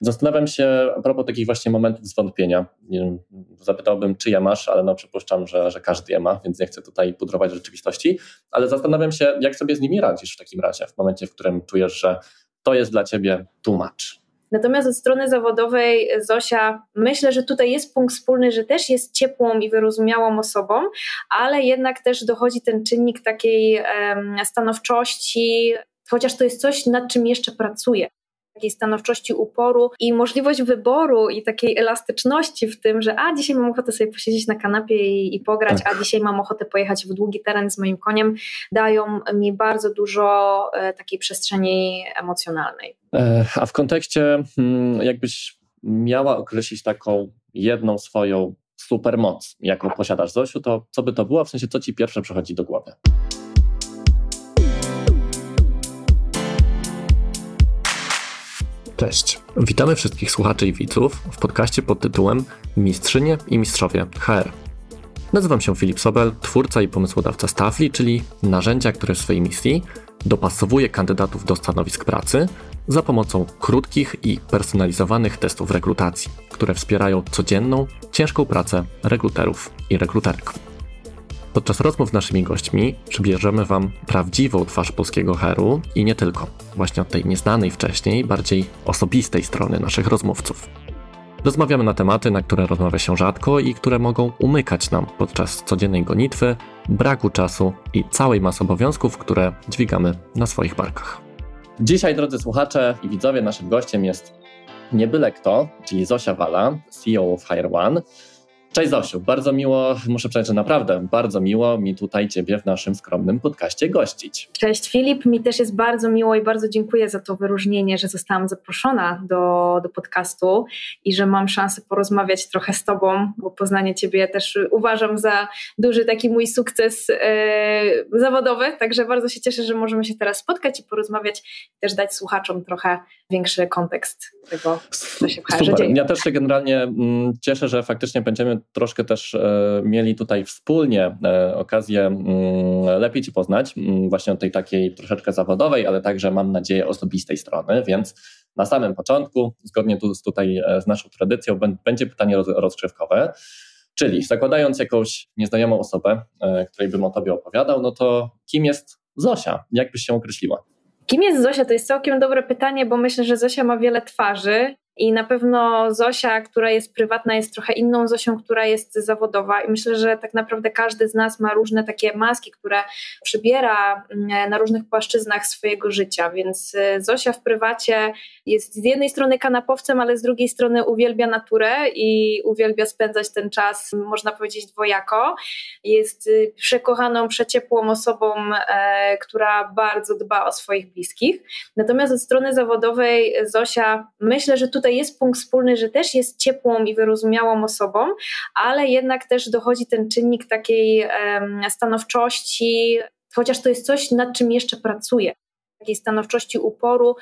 Zastanawiam się a propos takich właśnie momentów zwątpienia. Nie wiem, zapytałbym, czy je masz, ale przypuszczam, że każdy je ma, więc nie chcę tutaj pudrować rzeczywistości, ale zastanawiam się, jak sobie z nimi radzisz w takim razie, w momencie, w którym czujesz, że to jest dla ciebie too much. Natomiast od strony zawodowej Zosia, myślę, że tutaj jest punkt wspólny, że też jest ciepłą i wyrozumiałą osobą, ale jednak też dochodzi ten czynnik takiej stanowczości, chociaż to jest coś, nad czym jeszcze pracuję. Takiej stanowczości, uporu i możliwość wyboru i takiej elastyczności w tym, że dzisiaj mam ochotę sobie posiedzieć na kanapie i pograć, a dzisiaj mam ochotę pojechać w długi teren z moim koniem, dają mi bardzo dużo takiej przestrzeni emocjonalnej. A w kontekście, jakbyś miała określić taką jedną swoją supermoc, jaką posiadasz, Zosiu, to co by to było? W sensie, co ci pierwsze przychodzi do głowy? Cześć, witamy wszystkich słuchaczy i widzów w podcaście pod tytułem Mistrzynie i Mistrzowie HR. Nazywam się Filip Sobel, twórca i pomysłodawca Staffli, czyli narzędzia, które w swojej misji dopasowuje kandydatów do stanowisk pracy za pomocą krótkich i personalizowanych testów rekrutacji, które wspierają codzienną, ciężką pracę rekruterów i rekruterek. Podczas rozmów z naszymi gośćmi przybierzemy Wam prawdziwą twarz polskiego HR-u i nie tylko, właśnie od tej nieznanej wcześniej, bardziej osobistej strony naszych rozmówców. Rozmawiamy na tematy, na które rozmawia się rzadko i które mogą umykać nam podczas codziennej gonitwy, braku czasu i całej masy obowiązków, które dźwigamy na swoich barkach. Dzisiaj, drodzy słuchacze i widzowie, naszym gościem jest nie byle kto, czyli Zosia Wala, CEO of HireOne. Cześć Zosiu, bardzo miło, muszę powiedzieć, że naprawdę bardzo miło mi tutaj Ciebie w naszym skromnym podcaście gościć. Cześć Filip, mi też jest bardzo miło i bardzo dziękuję za to wyróżnienie, że zostałam zaproszona do podcastu i że mam szansę porozmawiać trochę z Tobą, bo poznanie Ciebie też uważam za duży taki mój sukces zawodowy, także bardzo się cieszę, że możemy się teraz spotkać i porozmawiać i też dać słuchaczom trochę większy kontekst tego, co się w HR dzieje. Ja też się generalnie cieszę, że faktycznie będziemy troszkę też mieli tutaj wspólnie okazję lepiej Cię poznać, właśnie od tej takiej troszeczkę zawodowej, ale także mam nadzieję osobistej strony, więc na samym początku, zgodnie z naszą tradycją, będzie pytanie rozgrzewkowe, czyli zakładając jakąś nieznajomą osobę, której bym o Tobie opowiadał, no to kim jest Zosia? Jak byś się określiła? Kim jest Zosia? To jest całkiem dobre pytanie, bo myślę, że Zosia ma wiele twarzy i na pewno Zosia, która jest prywatna, jest trochę inną Zosią, która jest zawodowa i myślę, że tak naprawdę każdy z nas ma różne takie maski, które przybiera na różnych płaszczyznach swojego życia, więc Zosia w prywacie jest z jednej strony kanapowcem, ale z drugiej strony uwielbia naturę i uwielbia spędzać ten czas, można powiedzieć, dwojako. Jest przekochaną, przeciepłą osobą, która bardzo dba o swoich bliskich. Natomiast od strony zawodowej Zosia, myślę, że tutaj jest punkt wspólny, że też jest ciepłą i wyrozumiałą osobą, ale jednak też dochodzi ten czynnik takiej stanowczości, chociaż to jest coś, nad czym jeszcze pracuję. Takiej stanowczości, uporu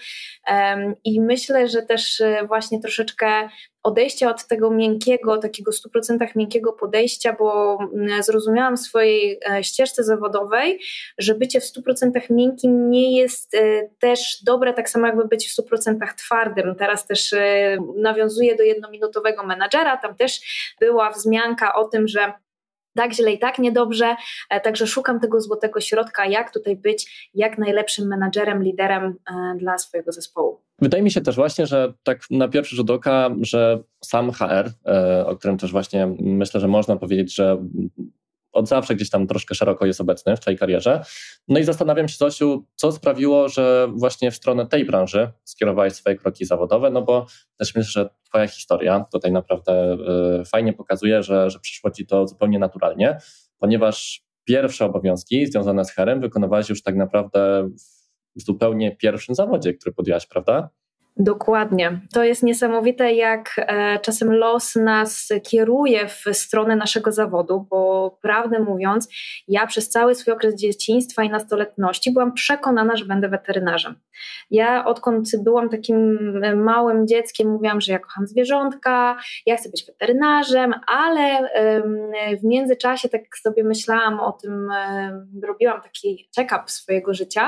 i myślę, że też właśnie troszeczkę odejścia od tego miękkiego, takiego 100% miękkiego podejścia, bo zrozumiałam w swojej ścieżce zawodowej, że bycie w 100% miękkim nie jest też dobre, tak samo jakby być w 100% twardym. Teraz też nawiązuję do jednominutowego menadżera, tam też była wzmianka o tym, że tak źle i tak niedobrze, także szukam tego złotego środka, jak tutaj być jak najlepszym menadżerem, liderem dla swojego zespołu. Wydaje mi się też właśnie, że tak na pierwszy rzut oka, że sam HR, o którym też właśnie myślę, że można powiedzieć, że od zawsze gdzieś tam troszkę szeroko jest obecny w Twojej karierze. No i zastanawiam się, Zosiu, co sprawiło, że właśnie w stronę tej branży skierowałaś swoje kroki zawodowe, no bo też myślę, że Twoja historia tutaj naprawdę fajnie pokazuje, że przyszło Ci to zupełnie naturalnie, ponieważ pierwsze obowiązki związane z HR-em wykonywałaś już tak naprawdę w zupełnie pierwszym zawodzie, który podjęłaś, prawda? Dokładnie. To jest niesamowite, jak czasem los nas kieruje w stronę naszego zawodu, bo prawdę mówiąc, ja przez cały swój okres dzieciństwa i nastoletności byłam przekonana, że będę weterynarzem. Ja odkąd byłam takim małym dzieckiem mówiłam, że ja kocham zwierzątka, ja chcę być weterynarzem, ale w międzyczasie tak sobie myślałam o tym, robiłam taki check-up swojego życia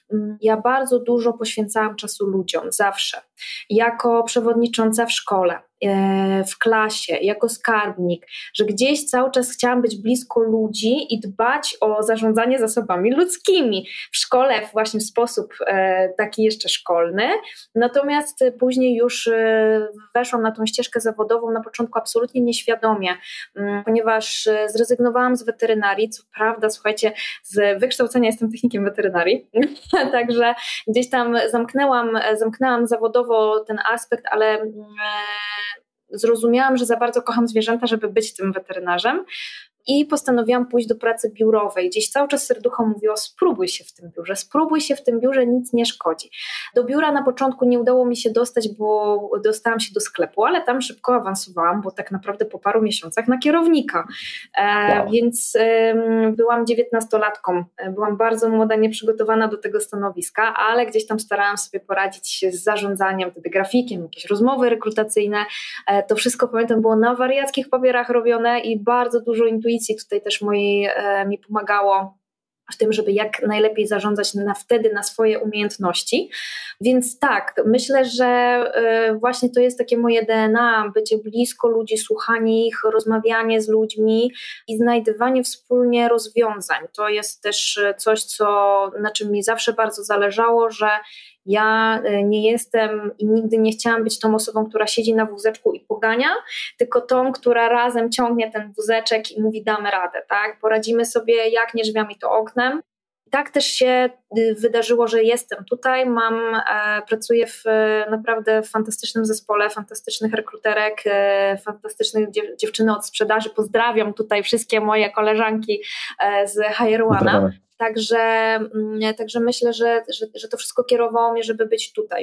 ja bardzo dużo poświęcałam czasu ludziom, zawsze. Jako przewodnicząca w szkole, w klasie, jako skarbnik, że gdzieś cały czas chciałam być blisko ludzi i dbać o zarządzanie zasobami ludzkimi. W szkole właśnie w sposób taki jeszcze szkolny, natomiast później już weszłam na tą ścieżkę zawodową na początku absolutnie nieświadomie, ponieważ zrezygnowałam z weterynarii, co prawda, słuchajcie, z wykształcenia jestem technikiem weterynarii, także gdzieś tam zamknęłam zawodowo ten aspekt, ale zrozumiałam, że za bardzo kocham zwierzęta, żeby być tym weterynarzem i postanowiłam pójść do pracy biurowej. Gdzieś cały czas serducho mówiło, spróbuj się w tym biurze, nic nie szkodzi. Do biura na początku nie udało mi się dostać, bo dostałam się do sklepu, ale tam szybko awansowałam, bo tak naprawdę po paru miesiącach na kierownika. Wow. Więc byłam 19-latką, byłam bardzo młoda, nieprzygotowana do tego stanowiska, ale gdzieś tam starałam sobie poradzić z zarządzaniem, wtedy grafikiem, jakieś rozmowy rekrutacyjne. To wszystko, pamiętam, było na wariackich papierach robione i bardzo dużo intuicji tutaj też mi pomagało w tym, żeby jak najlepiej zarządzać wtedy na swoje umiejętności. Więc tak, myślę, że właśnie to jest takie moje DNA, bycie blisko ludzi, słuchanie ich, rozmawianie z ludźmi i znajdywanie wspólnie rozwiązań. To jest też coś, na czym mi zawsze bardzo zależało, że ja nie jestem i nigdy nie chciałam być tą osobą, która siedzi na wózeczku i pogania, tylko tą, która razem ciągnie ten wózeczek i mówi damy radę, tak? Poradzimy sobie jak nie drzwiami to oknem. Tak też się wydarzyło, że jestem tutaj, pracuję w naprawdę fantastycznym zespole, fantastycznych rekruterek, fantastycznych dziewczyny od sprzedaży. Pozdrawiam tutaj wszystkie moje koleżanki z Hire One'a. Także myślę, że to wszystko kierowało mnie, żeby być tutaj,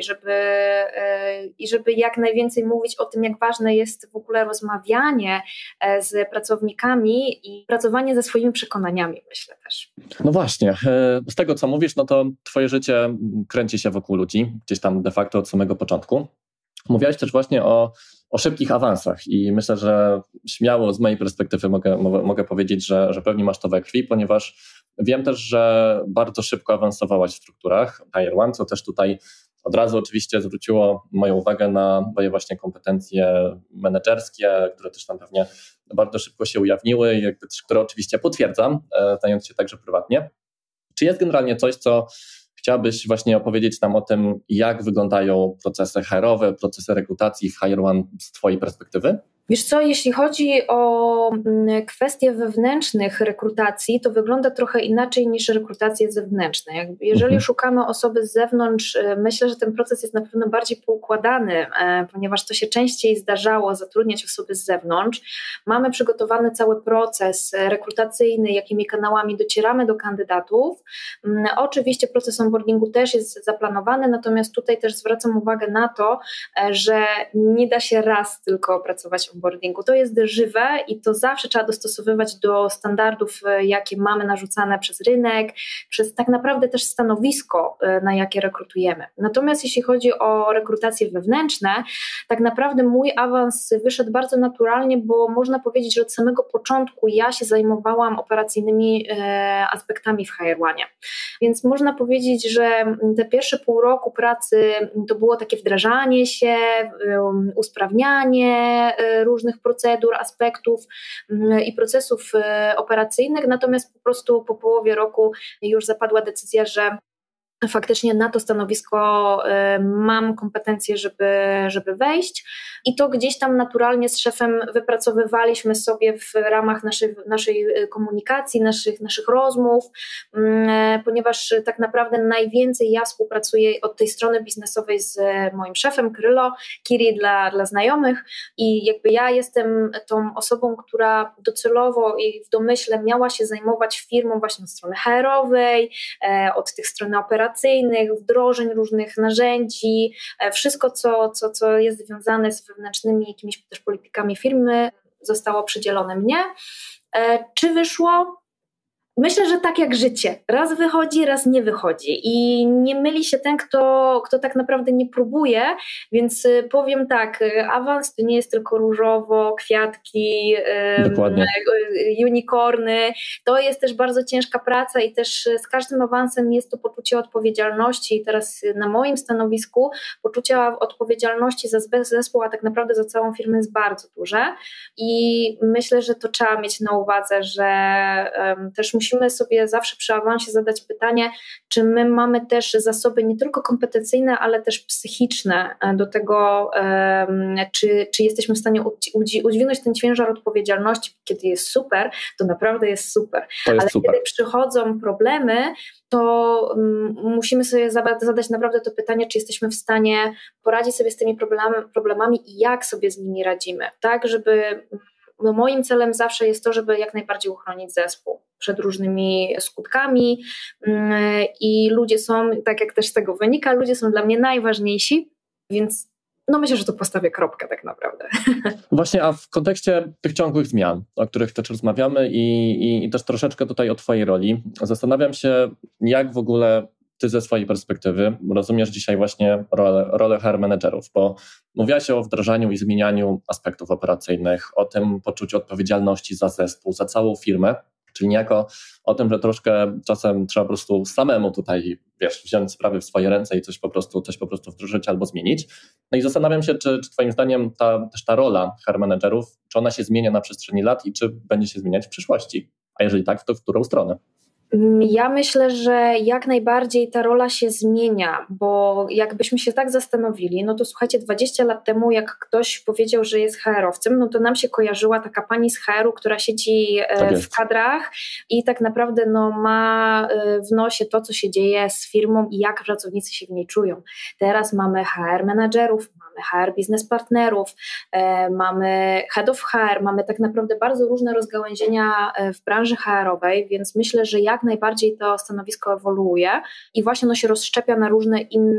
żeby jak najwięcej mówić o tym, jak ważne jest w ogóle rozmawianie z pracownikami i pracowanie ze swoimi przekonaniami, myślę też. No właśnie, z tego co mówisz, no to twoje życie kręci się wokół ludzi, gdzieś tam de facto od samego początku. Mówiłaś też właśnie o szybkich awansach i myślę, że śmiało z mojej perspektywy mogę powiedzieć, że pewnie masz to we krwi, ponieważ wiem też, że bardzo szybko awansowałaś w strukturach Hire One, co też tutaj od razu oczywiście zwróciło moją uwagę na moje właśnie kompetencje menedżerskie, które też tam pewnie bardzo szybko się ujawniły i jakby też, które oczywiście potwierdzam, znając się także prywatnie. Czy jest generalnie coś, co chciałabyś właśnie opowiedzieć nam o tym, jak wyglądają procesy HR-owe, procesy rekrutacji w Hire One z twojej perspektywy? Wiesz co, jeśli chodzi o kwestie wewnętrznych rekrutacji, to wygląda trochę inaczej niż rekrutacje zewnętrzne. Jeżeli szukamy osoby z zewnątrz, myślę, że ten proces jest na pewno bardziej poukładany, ponieważ to się częściej zdarzało zatrudniać osoby z zewnątrz. Mamy przygotowany cały proces rekrutacyjny, jakimi kanałami docieramy do kandydatów. Oczywiście proces onboardingu też jest zaplanowany, natomiast tutaj też zwracam uwagę na to, że nie da się raz tylko pracować onboardingu. To jest żywe i to zawsze trzeba dostosowywać do standardów, jakie mamy narzucane przez rynek, przez tak naprawdę też stanowisko, na jakie rekrutujemy. Natomiast jeśli chodzi o rekrutacje wewnętrzne, tak naprawdę mój awans wyszedł bardzo naturalnie, bo można powiedzieć, że od samego początku ja się zajmowałam operacyjnymi aspektami w Hire One. Więc można powiedzieć, że te pierwsze pół roku pracy to było takie wdrażanie się, usprawnianie różnych procedur, aspektów i procesów operacyjnych, natomiast po prostu po połowie roku już zapadła decyzja, że faktycznie na to stanowisko mam kompetencje, żeby wejść i to gdzieś tam naturalnie z szefem wypracowywaliśmy sobie w ramach naszej komunikacji, naszych rozmów, ponieważ tak naprawdę najwięcej ja współpracuję od tej strony biznesowej z moim szefem Kiri dla znajomych i jakby ja jestem tą osobą, która docelowo i w domyśle miała się zajmować firmą właśnie od strony HR-owej, od tych strony operacyjnych, wdrożeń różnych narzędzi, wszystko co jest związane z wewnętrznymi jakimiś też politykami firmy zostało przydzielone mnie. Czy wyszło? Myślę, że tak jak życie. Raz wychodzi, raz nie wychodzi i nie myli się ten, kto tak naprawdę nie próbuje, więc powiem tak, awans to nie jest tylko różowo, kwiatki, unicorny, to jest też bardzo ciężka praca i też z każdym awansem jest to poczucie odpowiedzialności i teraz na moim stanowisku poczucie odpowiedzialności za zespół, a tak naprawdę za całą firmę jest bardzo duże i myślę, że to trzeba mieć na uwadze, że też musimy sobie zawsze przy awansie zadać pytanie, czy my mamy też zasoby nie tylko kompetencyjne, ale też psychiczne do tego, czy jesteśmy w stanie udźwignąć ten ciężar odpowiedzialności. Kiedy jest super, to naprawdę jest super. Ale kiedy przychodzą problemy, to musimy sobie zadać naprawdę to pytanie, czy jesteśmy w stanie poradzić sobie z tymi problemami i jak sobie z nimi radzimy. Tak, żeby... moim celem zawsze jest to, żeby jak najbardziej uchronić zespół przed różnymi skutkami i ludzie są, tak jak też z tego wynika, ludzie są dla mnie najważniejsi, więc myślę, że tu postawię kropkę tak naprawdę. Właśnie, a w kontekście tych ciągłych zmian, o których też rozmawiamy i też troszeczkę tutaj o twojej roli, zastanawiam się, jak w ogóle ty ze swojej perspektywy rozumiesz dzisiaj właśnie rolę HR managerów, bo mówiłaś o wdrażaniu i zmienianiu aspektów operacyjnych, o tym poczuciu odpowiedzialności za zespół, za całą firmę, czyli niejako o tym, że troszkę czasem trzeba po prostu samemu tutaj, wziąć sprawy w swoje ręce i coś po prostu wdrożyć albo zmienić. No i zastanawiam się, czy twoim zdaniem ta rola HR managerów, czy ona się zmienia na przestrzeni lat i czy będzie się zmieniać w przyszłości? A jeżeli tak, to w którą stronę? Ja myślę, że jak najbardziej ta rola się zmienia, bo jakbyśmy się tak zastanowili, to słuchajcie, 20 lat temu jak ktoś powiedział, że jest HR-owcem, to nam się kojarzyła taka pani z HR-u, która siedzi w kadrach i tak naprawdę ma w nosie to, co się dzieje z firmą i jak pracownicy się w niej czują. Teraz mamy HR menadżerów, mamy HR biznes partnerów, mamy head of HR, mamy tak naprawdę bardzo różne rozgałęzienia w branży HR-owej, więc myślę, że jak najbardziej to stanowisko ewoluuje i właśnie ono się rozszczepia na różne inne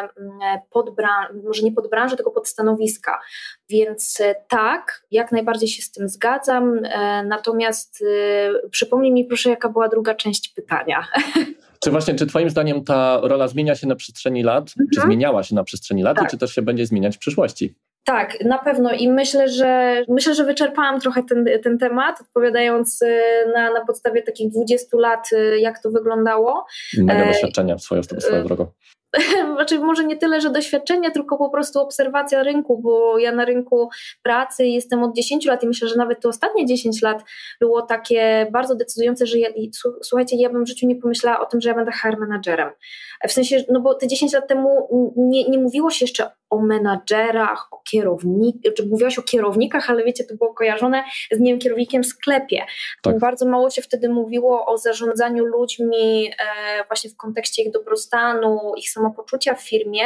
może nie podbranże, tylko podstanowiska. Więc tak, jak najbardziej się z tym zgadzam, natomiast przypomnij mi proszę, jaka była druga część pytania. Czy twoim zdaniem ta rola zmienia się na przestrzeni lat? Czy zmieniała się na przestrzeni lat i czy też się będzie zmieniać w przyszłości? Tak, na pewno i myślę, że wyczerpałam trochę ten temat, odpowiadając na podstawie takich 20 lat, jak to wyglądało. Mega doświadczenia swoją drogą. Znaczy może nie tyle, że doświadczenie, tylko po prostu obserwacja rynku, bo ja na rynku pracy jestem od 10 lat i myślę, że nawet te ostatnie 10 lat było takie bardzo decydujące, że słuchajcie, ja bym w życiu nie pomyślała o tym, że ja będę HR menadżerem. W sensie, bo te 10 lat temu nie mówiło się jeszcze o menadżerach, o kierownikach, czy mówiłaś o kierownikach, ale wiecie, to było kojarzone z kierownikiem w sklepie. Tak. Bardzo mało się wtedy mówiło o zarządzaniu ludźmi właśnie w kontekście ich dobrostanu, ich samopoczucia w firmie,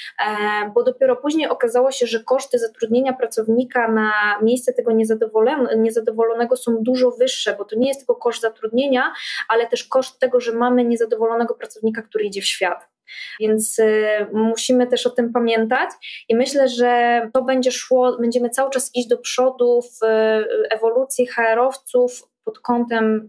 bo dopiero później okazało się, że koszty zatrudnienia pracownika na miejsce tego niezadowolonego są dużo wyższe, bo to nie jest tylko koszt zatrudnienia, ale też koszt tego, że mamy niezadowolonego pracownika, który idzie w świat. Więc musimy też o tym pamiętać i myślę, że to będzie szło, będziemy cały czas iść do przodu w ewolucji HR-owców pod kątem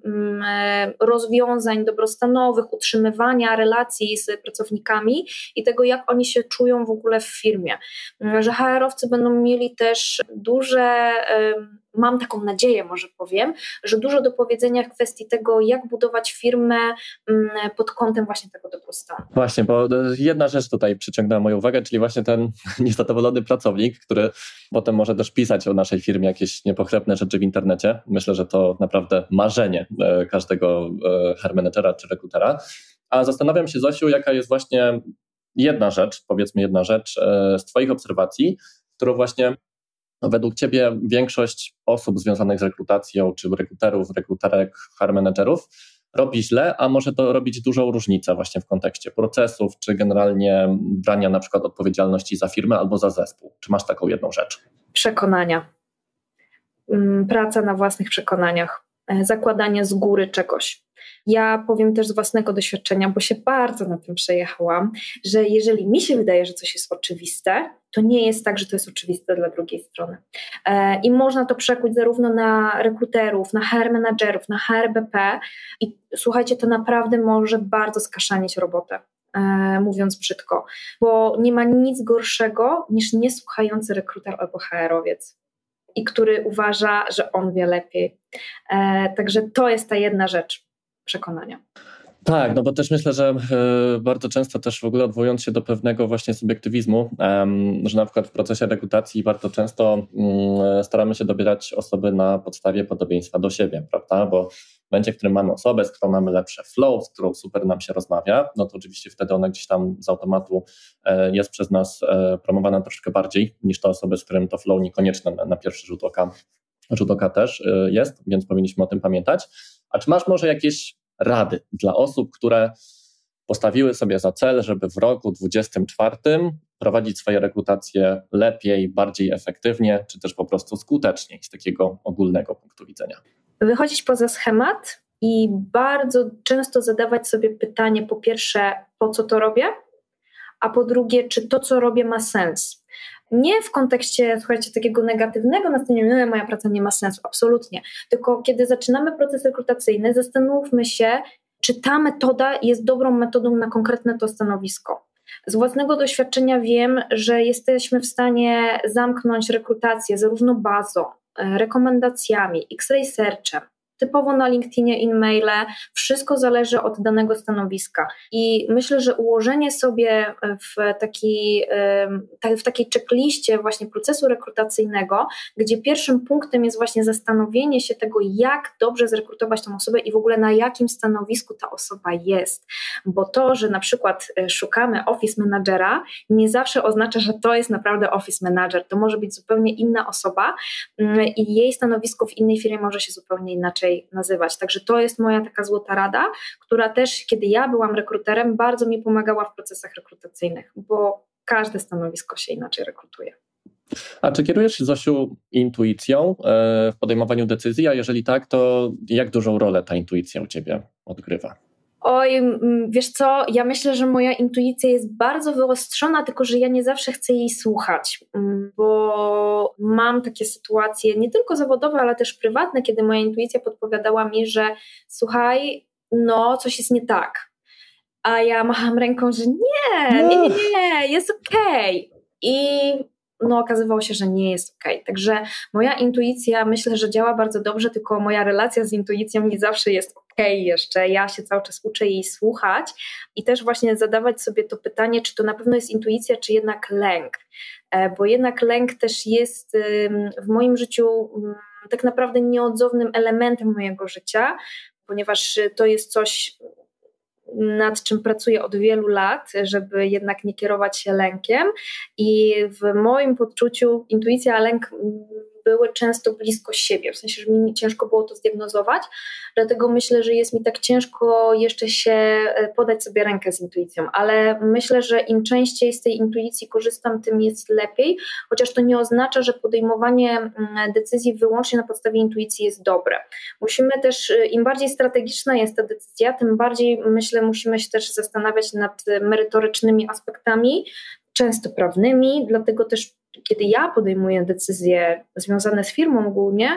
rozwiązań dobrostanowych, utrzymywania relacji z pracownikami i tego, jak oni się czują w ogóle w firmie. Że HR-owcy będą mieli też duże, mam taką nadzieję, może powiem, że dużo do powiedzenia w kwestii tego, jak budować firmę pod kątem właśnie tego dobrostanu. Właśnie, bo jedna rzecz tutaj przyciągnęła moją uwagę, czyli właśnie ten niezadowolony pracownik, który potem może też pisać o naszej firmie jakieś niepochlebne rzeczy w internecie. Myślę, że to naprawdę marzenie każdego HR managera czy rekrutera. A zastanawiam się, Zosiu, jaka jest właśnie jedna rzecz z twoich obserwacji, którą właśnie według ciebie większość osób związanych z rekrutacją, czy rekruterów, rekruterek, HR managerów robi źle, a może to robić dużą różnicę właśnie w kontekście procesów, czy generalnie brania na przykład odpowiedzialności za firmę albo za zespół. Czy masz taką jedną rzecz? Przekonania. Praca na własnych przekonaniach. zakładania z góry czegoś. Ja powiem też z własnego doświadczenia, bo się bardzo na tym przejechałam, że jeżeli mi się wydaje, że coś jest oczywiste, to nie jest tak, że to jest oczywiste dla drugiej strony. I można to przekuć zarówno na rekruterów, na HR menadżerów, na HRBP i słuchajcie, to naprawdę może bardzo skaszanić robotę, mówiąc brzydko, bo nie ma nic gorszego niż niesłuchający rekruter albo HR-owiec i który uważa, że on wie lepiej. Także to jest ta jedna rzecz przekonania. Tak, no bo też myślę, że bardzo często też w ogóle odwołując się do pewnego właśnie subiektywizmu, że na przykład w procesie rekrutacji bardzo często staramy się dobierać osoby na podstawie podobieństwa do siebie, prawda? Bo w momencie, w którym mamy osobę, z którą mamy lepsze flow, z którą super nam się rozmawia, no to oczywiście wtedy ona gdzieś tam z automatu jest przez nas promowana troszkę bardziej niż te osoby, z którym to flow niekoniecznie na pierwszy rzut oka też jest, więc powinniśmy o tym pamiętać. A czy masz może jakieś rady dla osób, które postawiły sobie za cel, żeby w roku 2024 prowadzić swoje rekrutacje lepiej, bardziej efektywnie, czy też po prostu skuteczniej z takiego ogólnego punktu widzenia? Wychodzić poza schemat i bardzo często zadawać sobie pytanie, po pierwsze, po co to robię, a po drugie, czy to, co robię, ma sens. Nie w kontekście, słuchajcie, takiego negatywnego nastawienia, moja praca nie ma sensu, absolutnie. Tylko kiedy zaczynamy proces rekrutacyjny, zastanówmy się, czy ta metoda jest dobrą metodą na konkretne to stanowisko. Z własnego doświadczenia wiem, że jesteśmy w stanie zamknąć rekrutację zarówno bazą, rekomendacjami, X-ray searchem, typowo na LinkedInie, in-maile, wszystko zależy od danego stanowiska. I myślę, że ułożenie sobie w takiej checkliście właśnie procesu rekrutacyjnego, gdzie pierwszym punktem jest właśnie zastanowienie się tego, jak dobrze zrekrutować tą osobę i w ogóle na jakim stanowisku ta osoba jest. Bo to, że na przykład szukamy office managera, nie zawsze oznacza, że to jest naprawdę office manager. To może być zupełnie inna osoba i jej stanowisko w innej firmie może się zupełnie inaczej nazywać. Także to jest moja taka złota rada, która też, kiedy ja byłam rekruterem, bardzo mi pomagała w procesach rekrutacyjnych, bo każde stanowisko się inaczej rekrutuje. A czy kierujesz się, Zosiu, intuicją w podejmowaniu decyzji, a jeżeli tak, to jak dużą rolę ta intuicja u Ciebie odgrywa? Oj, wiesz co, ja myślę, że moja intuicja jest bardzo wyostrzona, tylko że ja nie zawsze chcę jej słuchać, bo mam takie sytuacje nie tylko zawodowe, ale też prywatne, kiedy moja intuicja podpowiadała mi, że słuchaj, no coś jest nie tak, a ja macham ręką, że nie, jest okej. I okazywało się, że nie jest okej. Także moja intuicja myślę, że działa bardzo dobrze, tylko moja relacja z intuicją nie zawsze jest okej jeszcze. Ja się cały czas uczę jej słuchać i też właśnie zadawać sobie to pytanie, czy to na pewno jest intuicja, czy jednak lęk. Bo jednak lęk też jest w moim życiu tak naprawdę nieodzownym elementem mojego życia, ponieważ to jest coś, nad czym pracuję od wielu lat, żeby jednak nie kierować się lękiem i w moim poczuciu intuicja a lęk były często blisko siebie, w sensie, że mi ciężko było to zdiagnozować, dlatego myślę, że jest mi tak ciężko jeszcze się podać sobie rękę z intuicją, ale myślę, że im częściej z tej intuicji korzystam, tym jest lepiej, chociaż to nie oznacza, że podejmowanie decyzji wyłącznie na podstawie intuicji jest dobre. Musimy też, im bardziej strategiczna jest ta decyzja, tym bardziej, myślę, musimy się też zastanawiać nad merytorycznymi aspektami, często prawnymi, dlatego też kiedy ja podejmuję decyzje związane z firmą ogólnie,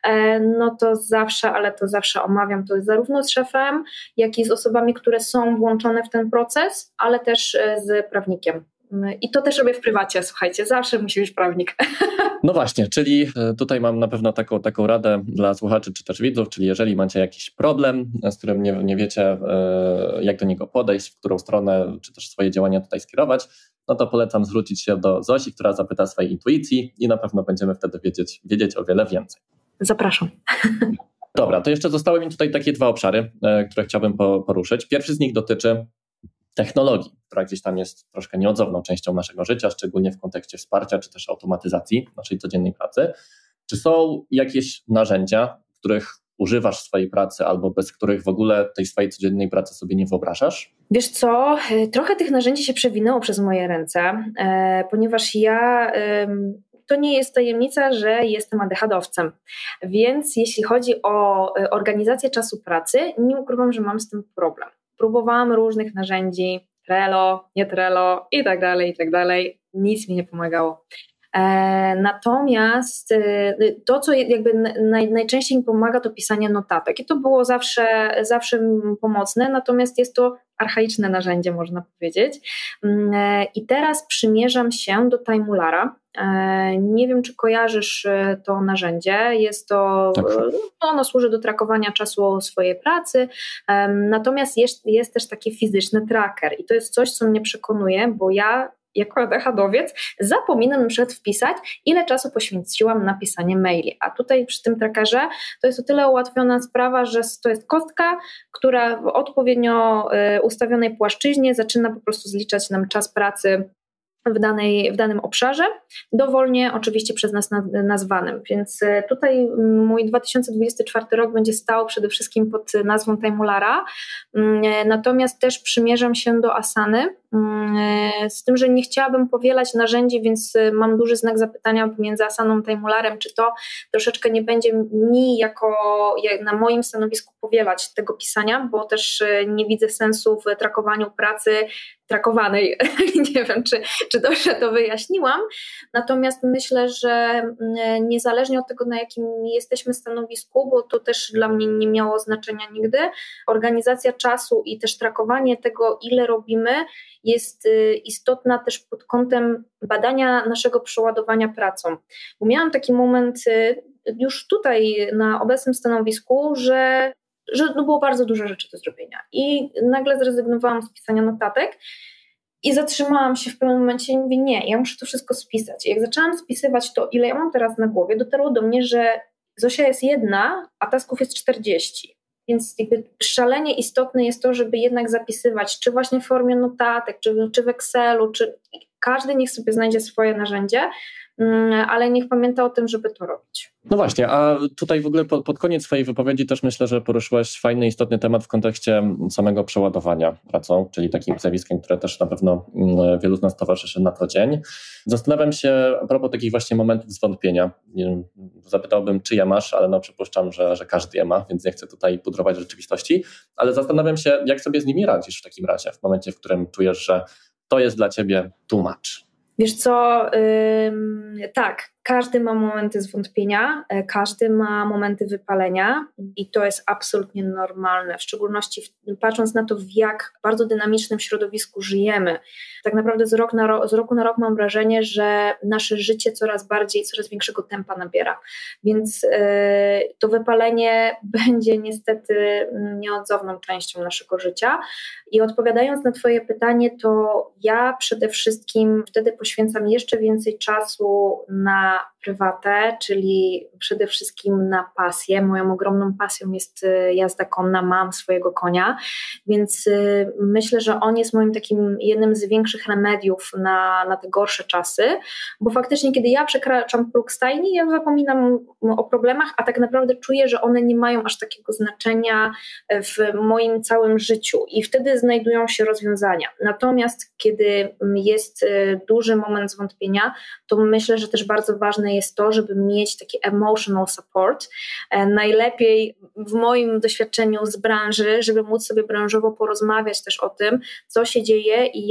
no to zawsze omawiam to zarówno z szefem, jak i z osobami, które są włączone w ten proces, ale też z prawnikiem. I to też robię w prywacie, słuchajcie, zawsze musi być prawnik. No właśnie, czyli tutaj mam na pewno taką radę dla słuchaczy czy też widzów, czyli jeżeli macie jakiś problem, z którym nie wiecie, jak do niego podejść, w którą stronę, czy też swoje działania tutaj skierować, no to polecam zwrócić się do Zosi, która zapyta swojej intuicji i na pewno będziemy wtedy wiedzieć o wiele więcej. Zapraszam. Dobra, to jeszcze zostały mi tutaj takie dwa obszary, które chciałbym poruszyć. Pierwszy z nich dotyczy technologii, która gdzieś tam jest troszkę nieodzowną częścią naszego życia, szczególnie w kontekście wsparcia czy też automatyzacji naszej codziennej pracy. Czy są jakieś narzędzia, których używasz w swojej pracy albo bez których w ogóle tej swojej codziennej pracy sobie nie wyobrażasz? Wiesz co, trochę tych narzędzi się przewinęło przez moje ręce, ponieważ ja to nie jest tajemnica, że jestem ADHD-owcem. Więc jeśli chodzi o organizację czasu pracy, nie ukrywam, że mam z tym problem. Próbowałam różnych narzędzi, Trello, nie Trello i tak dalej. Nic mi nie pomagało. Natomiast to, co jakby najczęściej mi pomaga, to pisanie notatek i to było zawsze pomocne, natomiast jest to archaiczne narzędzie, można powiedzieć. I teraz przymierzam się do Timulara. Nie wiem, czy kojarzysz to narzędzie. Jest to, tak. Ono służy do trakowania czasu swojej pracy, natomiast jest też taki fizyczny tracker i to jest coś, co mnie przekonuje, bo ja jako ADHD-owiec zapominam na przykład wpisać, ile czasu poświęciłam na pisanie maili. A tutaj przy tym trackerze to jest o tyle ułatwiona sprawa, że to jest kostka, która w odpowiednio ustawionej płaszczyźnie zaczyna po prostu zliczać nam czas pracy w danym obszarze, dowolnie oczywiście przez nas nazwanym. Więc tutaj mój 2024 rok będzie stał przede wszystkim pod nazwą Timulara, natomiast też przymierzam się do Asany, z tym, że nie chciałabym powielać narzędzi, więc mam duży znak zapytania pomiędzy Asaną a Timularem, czy to troszeczkę nie będzie mi na moim stanowisku powielać tego pisania, bo też nie widzę sensu w trakowaniu pracy trakowanej. Nie wiem, czy dobrze to wyjaśniłam. Natomiast myślę, że niezależnie od tego, na jakim jesteśmy stanowisku, bo to też dla mnie nie miało znaczenia nigdy, organizacja czasu i też trakowanie tego, ile robimy, jest istotna też pod kątem badania naszego przeładowania pracą. Bo miałam taki moment już tutaj na obecnym stanowisku, że było bardzo dużo rzeczy do zrobienia i nagle zrezygnowałam z pisania notatek i zatrzymałam się w pewnym momencie i mówię, nie, ja muszę to wszystko spisać. I jak zaczęłam spisywać to, ile ja mam teraz na głowie, dotarło do mnie, że Zosia jest jedna, a tasków jest 40. Więc jakby szalenie istotne jest to, żeby jednak zapisywać, czy właśnie w formie notatek, czy w Excelu, czy każdy niech sobie znajdzie swoje narzędzie, ale niech pamięta o tym, żeby to robić. No właśnie, a tutaj w ogóle pod koniec swojej wypowiedzi też myślę, że poruszyłaś fajny, istotny temat w kontekście samego przeładowania pracą, czyli takim zjawiskiem, które też na pewno wielu z nas towarzyszy na co dzień. Zastanawiam się a propos takich właśnie momentów zwątpienia. Zapytałbym, czy je masz, ale przypuszczam, że każdy je ma, więc nie chcę tutaj pudrować rzeczywistości, ale zastanawiam się, jak sobie z nimi radzisz w takim razie, w momencie, w którym czujesz, że to jest dla ciebie too much. Wiesz co, tak, każdy ma momenty zwątpienia, każdy ma momenty wypalenia i to jest absolutnie normalne, w szczególności patrząc na to, w jak bardzo dynamicznym środowisku żyjemy. Tak naprawdę z roku na rok mam wrażenie, że nasze życie coraz większego tempa nabiera, więc to wypalenie będzie niestety nieodzowną częścią naszego życia. I odpowiadając na twoje pytanie, to ja przede wszystkim wtedy poświęcam jeszcze więcej czasu na prywatę, czyli przede wszystkim na pasję. Moją ogromną pasją jest jazda konna, mam swojego konia, więc myślę, że on jest moim takim jednym z większych remediów na te gorsze czasy, bo faktycznie kiedy ja przekraczam próg stajni, ja zapominam o problemach, a tak naprawdę czuję, że one nie mają aż takiego znaczenia w moim całym życiu i wtedy znajdują się rozwiązania. Natomiast kiedy jest duży moment zwątpienia, to myślę, że też bardzo ważne jest to, żeby mieć taki emotional support. Najlepiej w moim doświadczeniu z branży, żeby móc sobie branżowo porozmawiać też o tym, co się dzieje i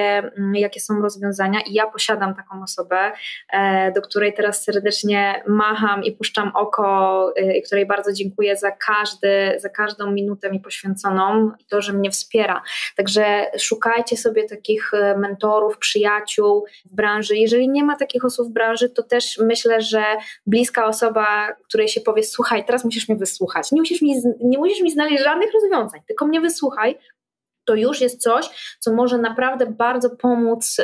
jakie są rozwiązania. I ja posiadam taką osobę, do której teraz serdecznie macham i puszczam oko i której bardzo dziękuję za każdą minutę mi poświęconą i to, że mnie wspiera. Także szukajcie sobie takich mentorów, przyjaciół w branży. Jeżeli nie ma takich osób w branży, to też myślę, że bliska osoba, której się powie, słuchaj, teraz musisz mnie wysłuchać. Nie musisz mi znaleźć żadnych rozwiązań, tylko mnie wysłuchaj. To już jest coś, co może naprawdę bardzo pomóc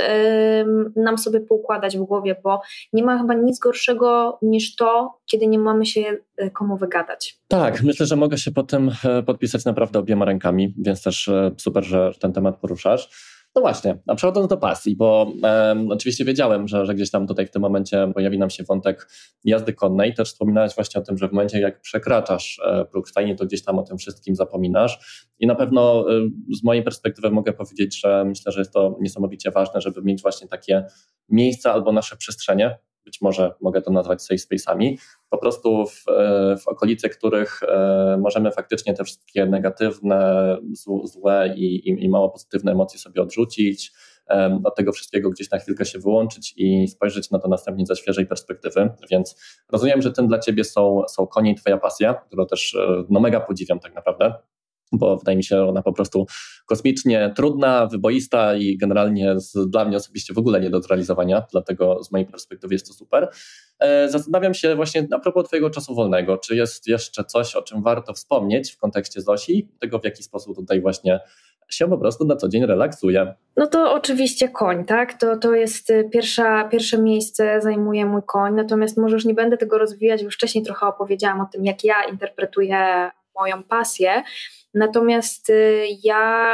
nam sobie poukładać w głowie, bo nie ma chyba nic gorszego niż to, kiedy nie mamy się komu wygadać. Tak, myślę, że mogę się po tym podpisać naprawdę obiema rękami, więc też super, że ten temat poruszasz. No właśnie, a przechodząc do pasji, bo oczywiście wiedziałem, że gdzieś tam tutaj w tym momencie pojawi nam się wątek jazdy konnej. Też wspominałeś właśnie o tym, że w momencie jak przekraczasz próg stajni, to gdzieś tam o tym wszystkim zapominasz. I na pewno z mojej perspektywy mogę powiedzieć, że myślę, że jest to niesamowicie ważne, żeby mieć właśnie takie miejsca albo nasze przestrzenie, być może mogę to nazwać safe space'ami, po prostu w okolicy których możemy faktycznie te wszystkie negatywne, złe i mało pozytywne emocje sobie odrzucić, od tego wszystkiego gdzieś na chwilkę się wyłączyć i spojrzeć na to następnie ze świeżej perspektywy, więc rozumiem, że tym dla Ciebie są konie i Twoja pasja, którą też mega podziwiam tak naprawdę, bo wydaje mi się ona po prostu kosmicznie trudna, wyboista i generalnie dla mnie osobiście w ogóle nie do zrealizowania, dlatego z mojej perspektywy jest to super. Zastanawiam się właśnie a propos Twojego czasu wolnego, czy jest jeszcze coś, o czym warto wspomnieć w kontekście Zosi, tego w jaki sposób tutaj właśnie się po prostu na co dzień relaksuje. No to oczywiście koń, tak? To jest pierwsze miejsce zajmuje mój koń, natomiast może już nie będę tego rozwijać, bo już wcześniej trochę opowiedziałam o tym, jak ja interpretuję moją pasję. Natomiast ja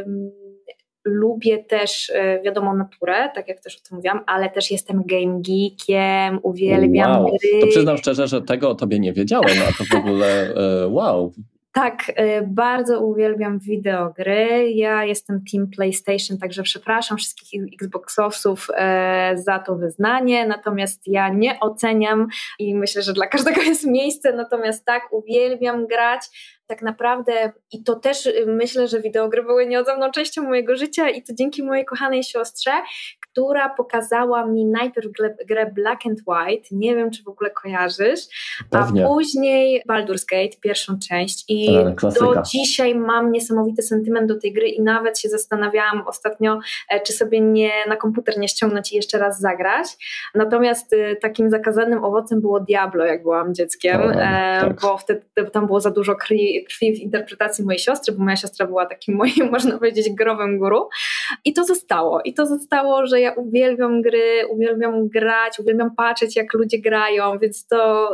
lubię też, wiadomo, naturę, tak jak też o tym mówiłam, ale też jestem game geekiem, uwielbiam gry. To przyznam szczerze, że tego o Tobie nie wiedziałem, a to w ogóle wow. Tak, bardzo uwielbiam wideogry. Ja jestem Team PlayStation, także przepraszam wszystkich Xboxowców za to wyznanie, natomiast ja nie oceniam i myślę, że dla każdego jest miejsce, natomiast tak, uwielbiam grać. Tak naprawdę i to też myślę, że wideogry były nieodzowną częścią mojego życia i to dzięki mojej kochanej siostrze, która pokazała mi najpierw grę Black and White, nie wiem czy w ogóle kojarzysz, Pewnie. A później Baldur's Gate, pierwszą część i do dzisiaj mam niesamowity sentyment do tej gry i nawet się zastanawiałam ostatnio, czy sobie na komputer nie ściągnąć i jeszcze raz zagrać. Natomiast takim zakazanym owocem było Diablo, jak byłam dzieckiem, bo wtedy tam było za dużo krwi w interpretacji mojej siostry, bo moja siostra była takim moim, można powiedzieć, growym guru. I to zostało, że ja uwielbiam gry, uwielbiam grać, uwielbiam patrzeć, jak ludzie grają, więc to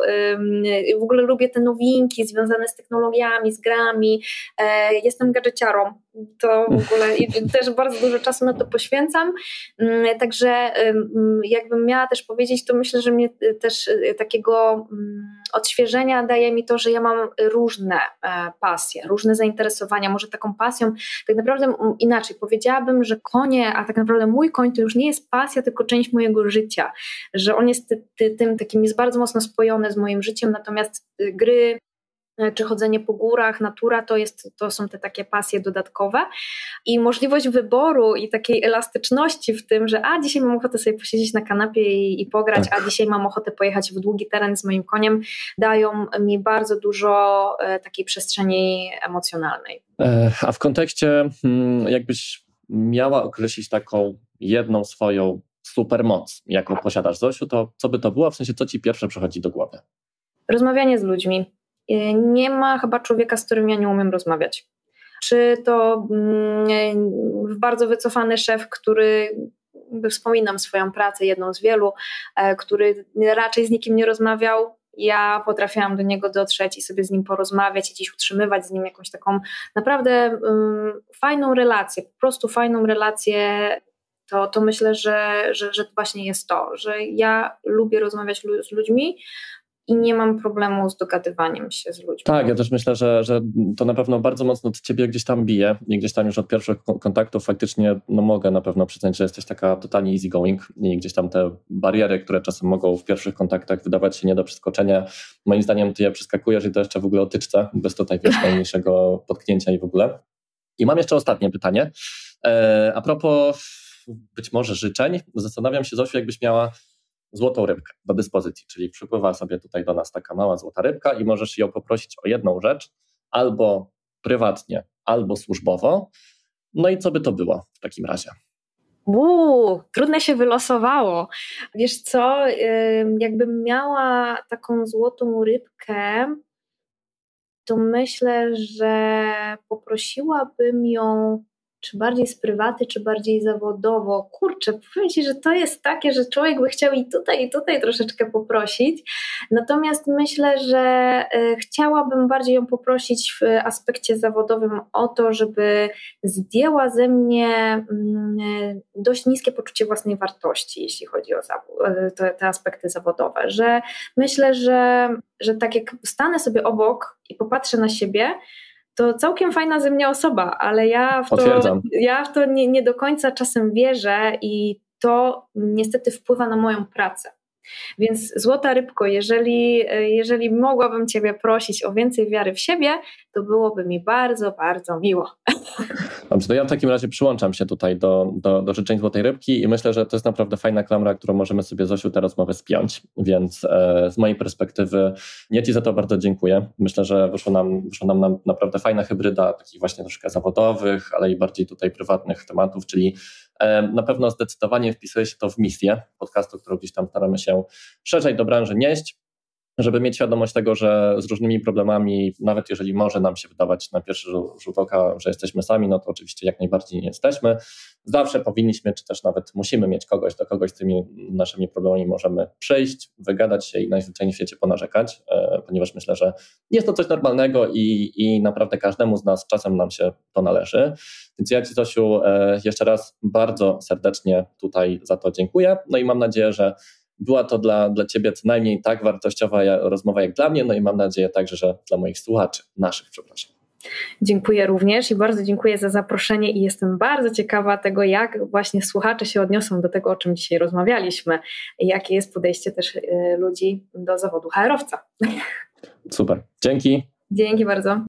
w ogóle lubię te nowinki związane z technologiami, z grami. Jestem gadżeciarą, to w ogóle i też bardzo dużo czasu na to poświęcam. Także jakbym miała też powiedzieć, to myślę, że mnie też takiego odświeżenia daje mi to, że ja mam różne pasje, różne zainteresowania. Może taką pasją, tak naprawdę inaczej powiedziałabym, że konie, a tak naprawdę mój koń to już nie jest pasja, tylko część mojego życia, że on jest tym takim, jest bardzo mocno spojony z moim życiem, natomiast gry czy chodzenie po górach, natura to są te takie pasje dodatkowe i możliwość wyboru i takiej elastyczności w tym, że dzisiaj mam ochotę sobie posiedzieć na kanapie i pograć, a dzisiaj mam ochotę pojechać w długi teren z moim koniem, dają mi bardzo dużo takiej przestrzeni emocjonalnej. A w kontekście, jakbyś miała określić taką jedną swoją supermoc, jaką posiadasz, Zosiu, to co by to było? W sensie, co ci pierwsze przychodzi do głowy? Rozmawianie z ludźmi. Nie ma chyba człowieka, z którym ja nie umiem rozmawiać. Czy to bardzo wycofany szef, który, wspominam swoją pracę, jedną z wielu, który raczej z nikim nie rozmawiał, ja potrafiłam do niego dotrzeć i sobie z nim porozmawiać i gdzieś utrzymywać z nim jakąś taką naprawdę fajną relację, po prostu fajną relację. To myślę, że właśnie jest to, że ja lubię rozmawiać z ludźmi, i nie mam problemu z dogadywaniem się z ludźmi. Tak, ja też myślę, że to na pewno bardzo mocno od ciebie gdzieś tam bije i gdzieś tam już od pierwszych kontaktów faktycznie mogę na pewno przyznać, że jesteś taka totalnie easygoing i gdzieś tam te bariery, które czasem mogą w pierwszych kontaktach wydawać się nie do przeskoczenia, moim zdaniem ty je przeskakujesz i to jeszcze w ogóle o tyczce, bez tutaj najmniejszego potknięcia i w ogóle. I mam jeszcze ostatnie pytanie. A propos być może życzeń, zastanawiam się, Zosiu, jakbyś miała złotą rybkę do dyspozycji, czyli przypływa sobie tutaj do nas taka mała złota rybka i możesz ją poprosić o jedną rzecz, albo prywatnie, albo służbowo. No i co by to było w takim razie? Trudne się wylosowało. Wiesz co, jakbym miała taką złotą rybkę, to myślę, że poprosiłabym ją czy bardziej z prywaty, czy bardziej zawodowo. Kurczę, powiem Ci, że to jest takie, że człowiek by chciał i tutaj troszeczkę poprosić. Natomiast myślę, że chciałabym bardziej ją poprosić w aspekcie zawodowym o to, żeby zdjęła ze mnie dość niskie poczucie własnej wartości, jeśli chodzi o te aspekty zawodowe. Że myślę, że tak jak stanę sobie obok i popatrzę na siebie, to całkiem fajna ze mnie osoba, ale ja w to nie do końca czasem wierzę i to niestety wpływa na moją pracę. Więc złota rybko, jeżeli mogłabym Ciebie prosić o więcej wiary w siebie, to byłoby mi bardzo, bardzo miło. Dobrze, to ja w takim razie przyłączam się tutaj do życzeń złotej rybki i myślę, że to jest naprawdę fajna klamra, którą możemy sobie, Zosiu, tę rozmowę spiąć, więc z mojej perspektywy ja Ci za to bardzo dziękuję. Myślę, że wyszła nam naprawdę fajna hybryda takich właśnie troszkę zawodowych, ale i bardziej tutaj prywatnych tematów, czyli na pewno zdecydowanie wpisuje się to w misję podcastu, którą gdzieś tam staramy się szerzej do branży nieść, żeby mieć świadomość tego, że z różnymi problemami, nawet jeżeli może nam się wydawać na pierwszy rzut oka, że jesteśmy sami, no to oczywiście jak najbardziej nie jesteśmy. Zawsze powinniśmy, czy też nawet musimy mieć do kogoś z tymi naszymi problemami możemy przyjść, wygadać się i najzwyczajniej w świecie ponarzekać, ponieważ myślę, że jest to coś normalnego i naprawdę każdemu z nas czasem nam się to należy. Więc ja Ci, Zosiu, jeszcze raz bardzo serdecznie tutaj za to dziękuję. No i mam nadzieję, że była to dla Ciebie co najmniej tak wartościowa rozmowa jak dla mnie, no i mam nadzieję także, że dla moich słuchaczy, przepraszam. Dziękuję również i bardzo dziękuję za zaproszenie i jestem bardzo ciekawa tego, jak właśnie słuchacze się odniosą do tego, o czym dzisiaj rozmawialiśmy, jakie jest podejście też ludzi do zawodu HR-owca. Super, dzięki. Dzięki bardzo.